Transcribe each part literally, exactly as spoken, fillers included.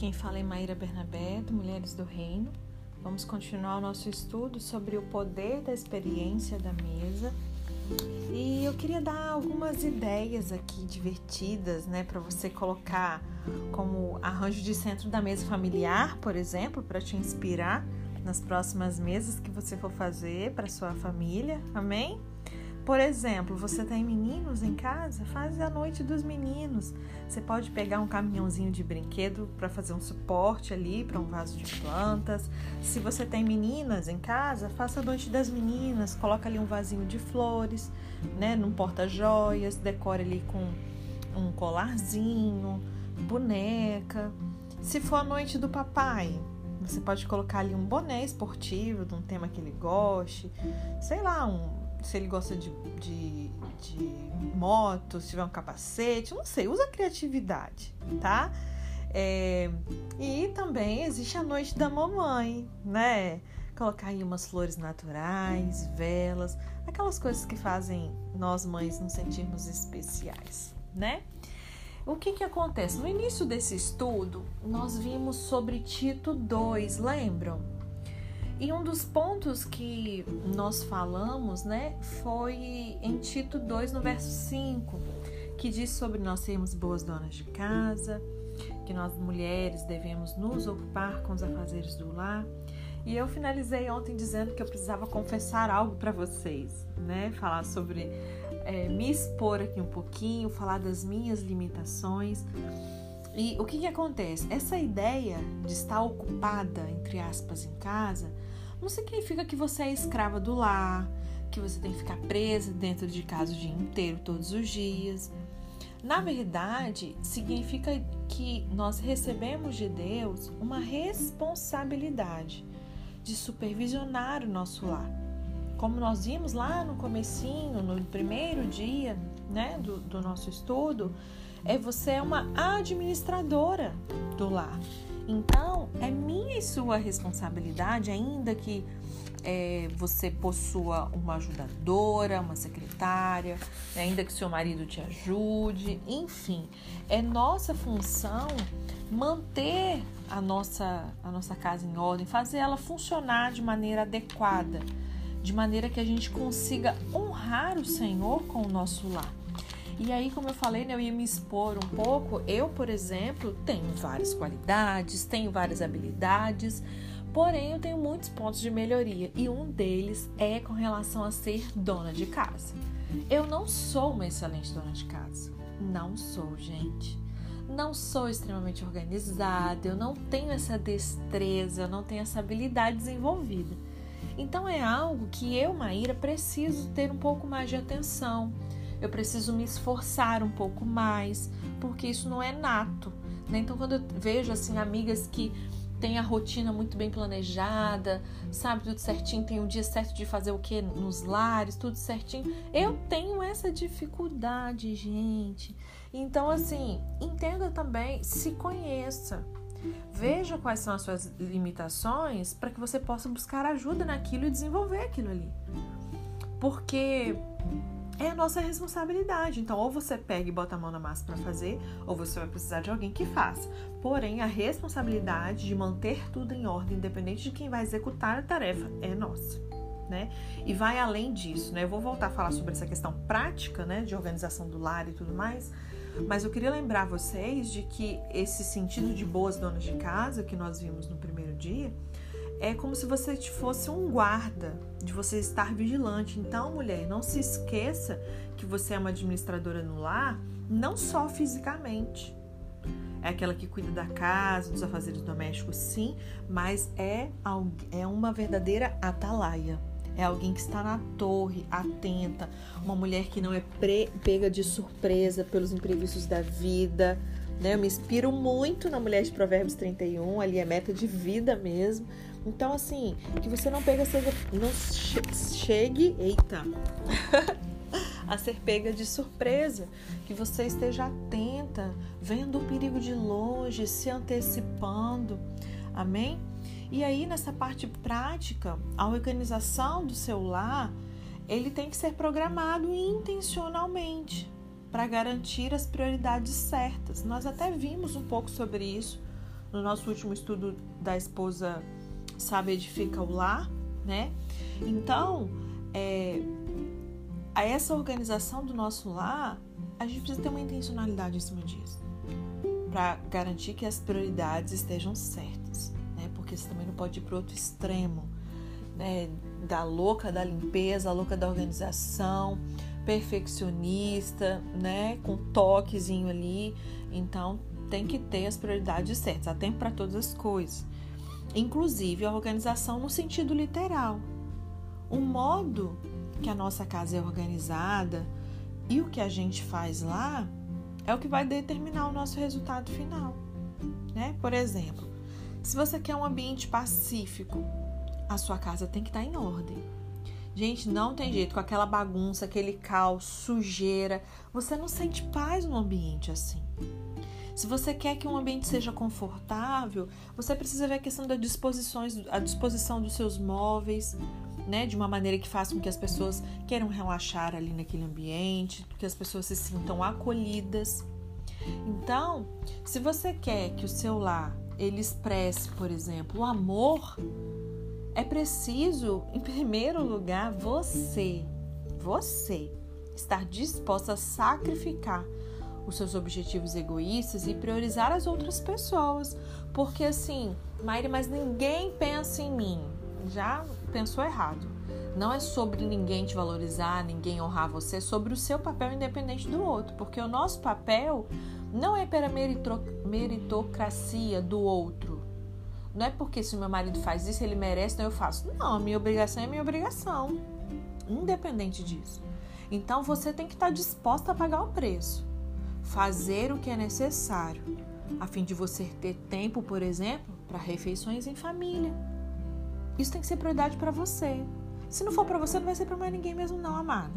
quem fala é Maíra Bernabé, do Mulheres do Reino. Vamos continuar o nosso estudo sobre o poder da experiência da mesa. E eu queria dar algumas ideias aqui divertidas, né, para você colocar como arranjo de centro da mesa familiar, por exemplo, para te inspirar nas próximas mesas que você for fazer para sua família, amém? Por exemplo, você tem meninos em casa? Faz a noite dos meninos. Você pode pegar um caminhãozinho de brinquedo para fazer um suporte ali para um vaso de plantas. Se você tem meninas em casa, faça a noite das meninas. Coloca ali um vasinho de flores, né, num porta-joias, decore ali com um colarzinho, boneca. Se for a noite do papai, você pode colocar ali um boné esportivo de um tema que ele goste, sei lá, um se ele gosta de, de, de moto, se tiver um capacete, não sei, usa a criatividade, tá? É, e também existe a noite da mamãe, né? Colocar aí umas flores naturais, velas, aquelas coisas que fazem nós mães nos sentirmos especiais, né? O que que acontece? No início desse estudo, nós vimos sobre Tito dois, lembram? E um dos pontos que nós falamos, né, foi em Tito dois, no verso cinco, que diz sobre nós sermos boas donas de casa, que nós mulheres devemos nos ocupar com os afazeres do lar. E eu finalizei ontem dizendo que eu precisava confessar algo para vocês, né, falar sobre, é, me expor aqui um pouquinho, falar das minhas limitações. E o que que acontece? Essa ideia de estar ocupada, entre aspas, em casa, não significa que você é escrava do lar, que você tem que ficar presa dentro de casa o dia inteiro, todos os dias. Na verdade, significa que nós recebemos de Deus uma responsabilidade de supervisionar o nosso lar. Como nós vimos lá no comecinho, no primeiro dia, né, do, do nosso estudo, é você é uma administradora do lar. Então, é minha e sua responsabilidade, ainda que é, você possua uma ajudadora, uma secretária, ainda que seu marido te ajude, enfim, é nossa função manter a nossa, a nossa casa em ordem, fazer ela funcionar de maneira adequada, de maneira que a gente consiga honrar o Senhor com o nosso lar. E aí, como eu falei, né, eu ia me expor um pouco. Eu, por exemplo, tenho várias qualidades, tenho várias habilidades, porém eu tenho muitos pontos de melhoria. E um deles é com relação a ser dona de casa. Eu não sou uma excelente dona de casa. Não sou, gente. Não sou extremamente organizada, eu não tenho essa destreza, eu não tenho essa habilidade desenvolvida. Então é algo que eu, Maíra, preciso ter um pouco mais de atenção. Eu preciso me esforçar um pouco mais, porque isso não é nato, né? Então, quando eu vejo, assim, amigas que têm a rotina muito bem planejada, sabe, tudo certinho, tem um dia certo de fazer o que nos lares, tudo certinho, eu tenho essa dificuldade, gente. Então, assim, entenda também, se conheça, veja quais são as suas limitações para que você possa buscar ajuda naquilo e desenvolver aquilo ali. Porque é a nossa responsabilidade. Então, ou você pega e bota a mão na massa para fazer, ou você vai precisar de alguém que faça. Porém, a responsabilidade de manter tudo em ordem, independente de quem vai executar a tarefa, é nossa, né? E vai além disso, né? Eu vou voltar a falar sobre essa questão prática, né, de organização do lar e tudo mais, mas eu queria lembrar vocês de que esse sentido de boas donas de casa que nós vimos no primeiro dia é como se você fosse um guarda, de você estar vigilante. Então, mulher, não se esqueça que você é uma administradora no lar, não só fisicamente. É aquela que cuida da casa, dos afazeres domésticos, sim, mas é, é uma verdadeira atalaia. É alguém que está na torre, atenta, uma mulher que não é pre- pega de surpresa pelos imprevistos da vida, né? Eu me inspiro muito na mulher de Provérbios trinta e um, ali é meta de vida mesmo. Então, assim, que você não pega, seja, não chegue, eita, a ser pega de surpresa, que você esteja atenta, vendo o perigo de longe, se antecipando, amém? E aí, nessa parte prática, a organização do seu lar, ele tem que ser programado intencionalmente para garantir as prioridades certas. Nós até vimos um pouco sobre isso no nosso último estudo da esposa sabe edifica o lar, né? Então, é, a essa organização do nosso lar, a gente precisa ter uma intencionalidade em cima disso, para garantir que as prioridades estejam certas, né? Porque você também não pode ir para o outro extremo, né? Da louca da limpeza, a louca da organização, perfeccionista, né? Com toquezinho ali. Então, tem que ter as prioridades certas. Há tempo para todas as coisas. Inclusive, a organização no sentido literal. O modo que a nossa casa é organizada e o que a gente faz lá é o que vai determinar o nosso resultado final, né? Por exemplo, se você quer um ambiente pacífico, a sua casa tem que estar em ordem. Gente, não tem jeito, com aquela bagunça, aquele caos, sujeira, você não sente paz num ambiente assim. Se você quer que um ambiente seja confortável, você precisa ver a questão das disposições, a disposição dos seus móveis, né? De uma maneira que faça com que as pessoas queiram relaxar ali naquele ambiente, que as pessoas se sintam acolhidas. Então, se você quer que o seu lar ele expresse, por exemplo, o amor, é preciso, em primeiro lugar, você, você estar disposta a sacrificar os seus objetivos egoístas e priorizar as outras pessoas. Porque assim, Maíra, mas ninguém pensa em mim. Já pensou errado. Não é sobre ninguém te valorizar, ninguém honrar você, é sobre o seu papel independente do outro. Porque o nosso papel não é pela meritocracia do outro. Não é porque se o meu marido faz isso, ele merece, então eu faço. Não, a minha obrigação é a minha obrigação. Independente disso. Então você tem que estar disposta a pagar o preço. Fazer o que é necessário, a fim de você ter tempo, por exemplo, para refeições em família. Isso tem que ser prioridade para você. Se não for para você, não vai ser para mais ninguém mesmo não, amada.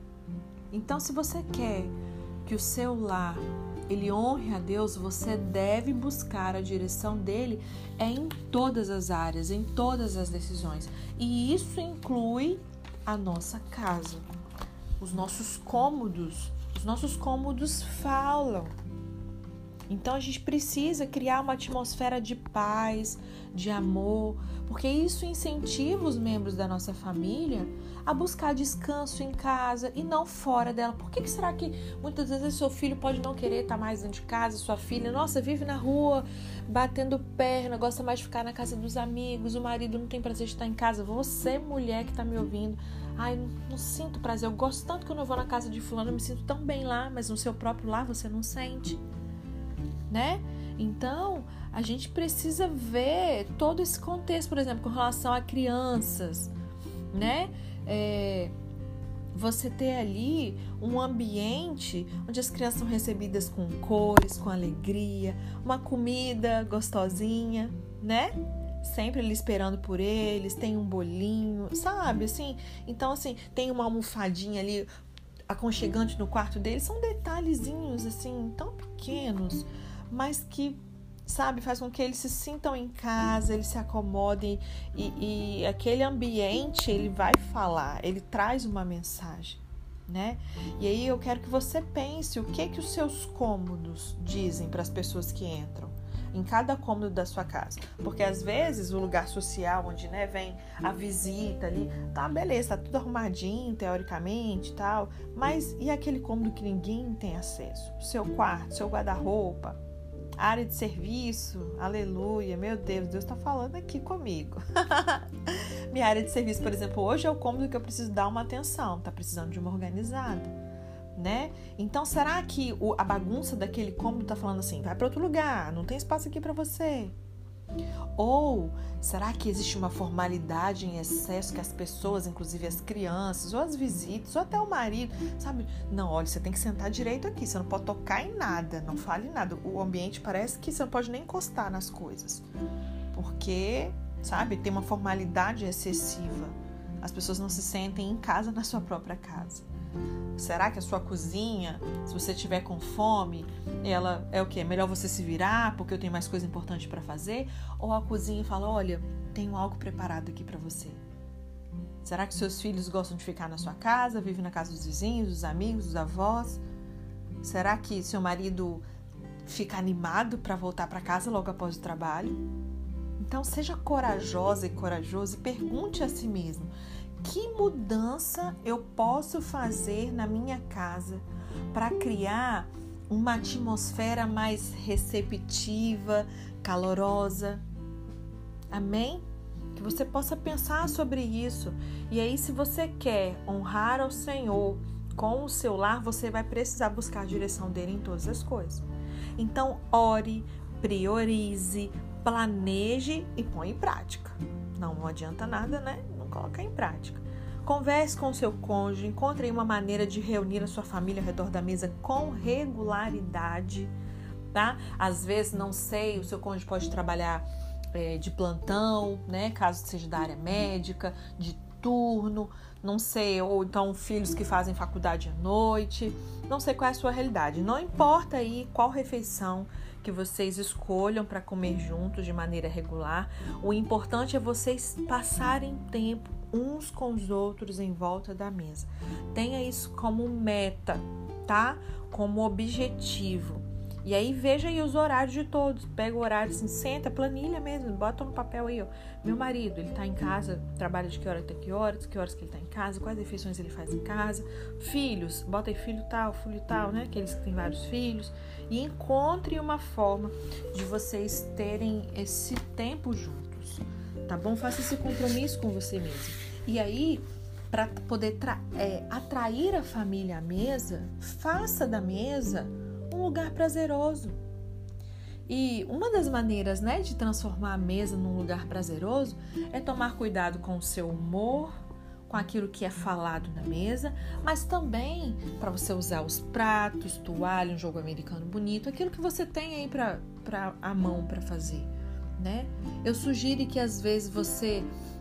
Então, se você quer que o seu lar ele honre a Deus, você deve buscar a direção dele é em todas as áreas, em todas as decisões. E isso inclui a nossa casa, os nossos cômodos. Os nossos cômodos falam. Então a gente precisa criar uma atmosfera de paz, de amor, porque isso incentiva os membros da nossa família a buscar descanso em casa e não fora dela. Por que, que será que muitas vezes seu filho pode não querer estar mais dentro de casa, sua filha, nossa, vive na rua, batendo perna, gosta mais de ficar na casa dos amigos, o marido não tem prazer de estar em casa. Você, mulher que está me ouvindo, ai, não, não sinto prazer, eu gosto tanto que eu não vou na casa de fulano, eu me sinto tão bem lá, mas no seu próprio lar você não sente, né? Então, a gente precisa ver todo esse contexto, por exemplo, com relação a crianças, né? É, você ter ali um ambiente onde as crianças são recebidas com cores, com alegria, uma comida gostosinha, né? Sempre ali esperando por eles, tem um bolinho, sabe, assim? Então, assim, tem uma almofadinha ali aconchegante no quarto deles, são detalhezinhos, assim, tão pequenos, mas que, sabe, faz com que eles se sintam em casa, eles se acomodem e, e aquele ambiente, ele vai falar, ele traz uma mensagem, né? E aí eu quero que você pense o que que os seus cômodos dizem para as pessoas que entram em cada cômodo da sua casa, porque às vezes o lugar social onde, né, vem a visita ali, tá, beleza, tá tudo arrumadinho teoricamente e tal, mas e aquele cômodo que ninguém tem acesso? O seu quarto, seu guarda-roupa, área de serviço, aleluia, meu Deus, Deus tá falando aqui comigo. Minha área de serviço, por exemplo, hoje é o cômodo que eu preciso dar uma atenção, tá precisando de uma organizada, né? Então, será que o, a bagunça daquele cômodo tá falando assim, vai para outro lugar, não tem espaço aqui para você? Ou será que existe uma formalidade em excesso que as pessoas, inclusive as crianças, ou as visitas, ou até o marido, sabe? Não, olha, você tem que sentar direito aqui, você não pode tocar em nada, não fale em nada. O ambiente parece que você não pode nem encostar nas coisas, porque, sabe, tem uma formalidade excessiva. As pessoas não se sentem em casa na sua própria casa. Será que a sua cozinha, se você tiver com fome, ela é o quê? Melhor você se virar porque eu tenho mais coisa importante para fazer? Ou a cozinha fala, olha, tenho algo preparado aqui para você. Será que seus filhos gostam de ficar na sua casa, vivem na casa dos vizinhos, dos amigos, dos avós? Será que seu marido fica animado para voltar para casa logo após o trabalho. Então, seja corajosa e corajoso e pergunte a si mesmo: que mudança eu posso fazer na minha casa para criar uma atmosfera mais receptiva, calorosa? Amém? Que você possa pensar sobre isso. E aí, se você quer honrar ao Senhor com o seu lar, você vai precisar buscar a direção dele em todas as coisas. Então, ore, priorize, planeje e põe em prática. Não, não adianta nada, né? Não colocar em prática. Converse com o seu cônjuge, encontre uma maneira de reunir a sua família ao redor da mesa com regularidade, tá? Às vezes, não sei, o seu cônjuge pode trabalhar é, de plantão, né? Caso seja da área médica, de turno, não sei, ou então filhos que fazem faculdade à noite, não sei qual é a sua realidade. Não importa aí qual refeição que vocês escolham para comer juntos de maneira regular, o importante é vocês passarem tempo uns com os outros em volta da mesa. Tenha isso como meta, tá? Como objetivo. E aí veja aí os horários de todos. Pega o horário assim, senta, planilha mesmo, bota no papel aí, ó. Meu marido, ele tá em casa, trabalha de que hora até que horas, que horas que ele tá em casa, quais refeições ele faz em casa. Filhos, bota aí filho tal, filho tal, né? Aqueles que têm vários filhos. E encontre uma forma de vocês terem esse tempo juntos, tá bom? Faça esse compromisso com você mesmo. E aí, para poder tra- é, atrair a família à mesa, faça da mesa um lugar prazeroso. E uma das maneiras, né, de transformar a mesa num lugar prazeroso é tomar cuidado com o seu humor, com aquilo que é falado na mesa, mas também para você usar os pratos, toalha, um jogo americano bonito, aquilo que você tem aí para para a mão para fazer, né? Eu sugiro que às vezes você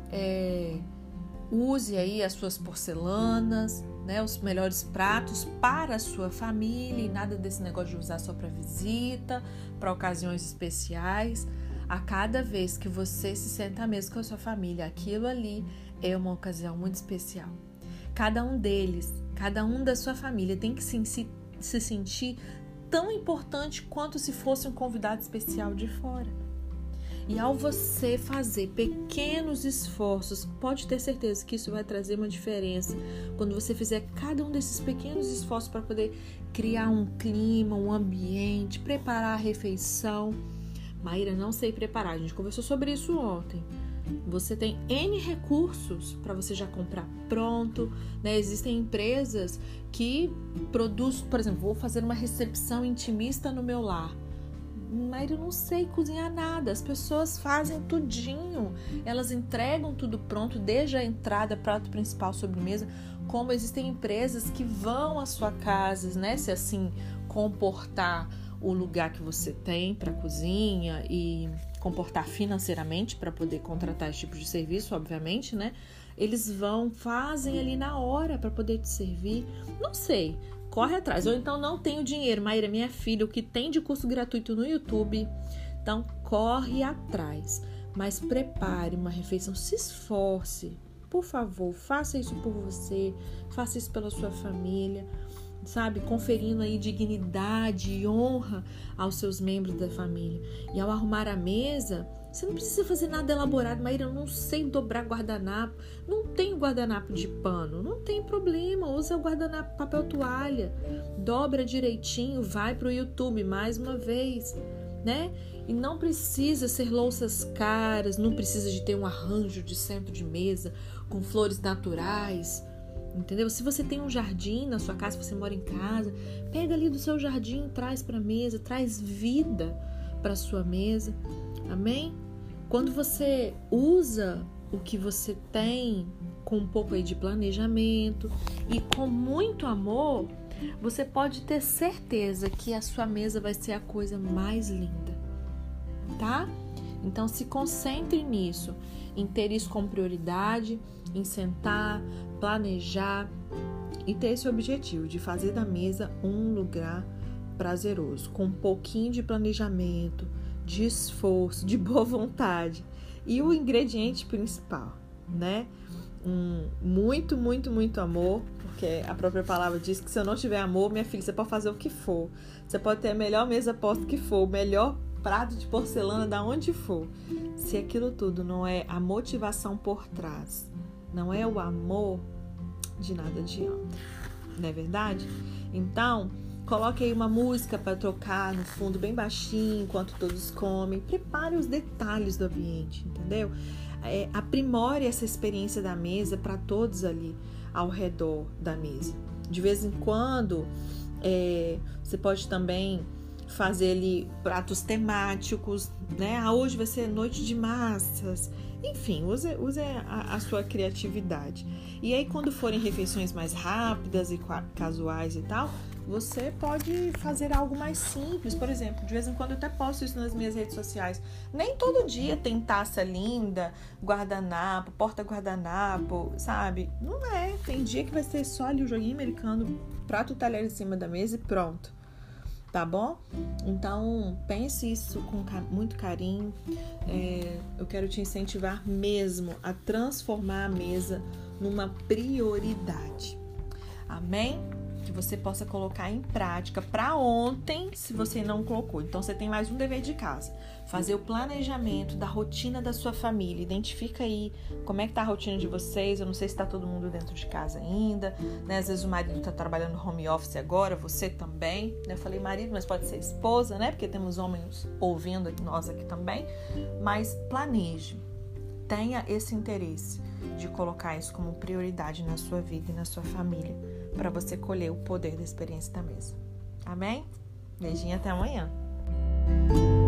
é, use aí as suas porcelanas, né, os melhores pratos para a sua família, e nada desse negócio de usar só para visita, para ocasiões especiais. A cada vez que você se senta à mesa com a sua família, aquilo ali é uma ocasião muito especial. Cada um deles, cada um da sua família tem que se, se, se sentir tão importante quanto se fosse um convidado especial de fora. E ao você fazer pequenos esforços, pode ter certeza que isso vai trazer uma diferença quando você fizer cada um desses pequenos esforços para poder criar um clima, um ambiente, preparar a refeição. Maíra, não sei preparar, a gente conversou sobre isso ontem. Você tem N recursos para você já comprar pronto, né? Existem empresas que produzem, por exemplo, vou fazer uma recepção intimista no meu lar. Mas eu não sei cozinhar nada. As pessoas fazem tudinho. Elas entregam tudo pronto, desde a entrada, prato principal, sobremesa. Como existem empresas que vão à sua casa, né? Se assim comportar o lugar que você tem para cozinha e comportar financeiramente para poder contratar esse tipo de serviço, obviamente, né? Eles vão, fazem ali na hora para poder te servir. Não sei. Corre atrás. Ou então não tenho dinheiro. Maíra, minha filha, o que tem de curso gratuito no YouTube. Então, corre atrás. Mas prepare uma refeição. Se esforce. Por favor, faça isso por você. Faça isso pela sua família. Sabe? Conferindo aí dignidade e honra aos seus membros da família. E ao arrumar a mesa, você não precisa fazer nada elaborado. Maíra, eu não sei dobrar guardanapo. Não tem guardanapo de pano. Não tem problema. Usa o guardanapo papel toalha. Dobra direitinho. Vai para o YouTube mais uma vez, né? E não precisa ser louças caras. Não precisa de ter um arranjo de centro de mesa com flores naturais. Entendeu? Se você tem um jardim na sua casa, se você mora em casa, pega ali do seu jardim, traz para a mesa, traz vida para a sua mesa. Amém? Quando você usa o que você tem com um pouco aí de planejamento e com muito amor, você pode ter certeza que a sua mesa vai ser a coisa mais linda, tá? Então se concentre nisso, em ter isso como prioridade, em sentar, planejar e ter esse objetivo de fazer da mesa um lugar prazeroso, com um pouquinho de planejamento, de esforço, de boa vontade. E o ingrediente principal, né? Um muito, muito, muito amor, porque a própria palavra diz que se eu não tiver amor, minha filha, você pode fazer o que for. Você pode ter a melhor mesa posta que for, o melhor prato de porcelana da onde for. Se aquilo tudo não é a motivação por trás, não é o amor, de nada adianta. Não é verdade? Então, coloque aí uma música para tocar no fundo, bem baixinho, enquanto todos comem. Prepare os detalhes do ambiente, entendeu? É, aprimore essa experiência da mesa para todos ali ao redor da mesa. De vez em quando, é, você pode também fazer ali pratos temáticos, né? Ah, hoje vai ser noite de massas. Enfim, use, use a, a sua criatividade. E aí, quando forem refeições mais rápidas e casuais e tal, você pode fazer algo mais simples. Por exemplo, de vez em quando eu até posto isso nas minhas redes sociais. Nem todo dia tem taça linda, guardanapo, porta-guardanapo, sabe? Não é. Tem dia que vai ser só ali o joguinho americano, prato e talher em cima da mesa e pronto. Tá bom? Então, pense isso com muito carinho. É, eu quero te incentivar mesmo a transformar a mesa numa prioridade. Amém? Que você possa colocar em prática para ontem, se você não colocou. Então, você tem mais um dever de casa. Fazer o planejamento da rotina da sua família. Identifica aí como é que tá a rotina de vocês. Eu não sei se está todo mundo dentro de casa ainda, né? Às vezes o marido está trabalhando home office agora, você também. Eu falei marido, mas pode ser esposa, né? Porque temos homens ouvindo nós aqui também. Mas planeje. Tenha esse interesse de colocar isso como prioridade na sua vida e na sua família, para você colher o poder da experiência da mesa. Amém? Beijinho, até amanhã.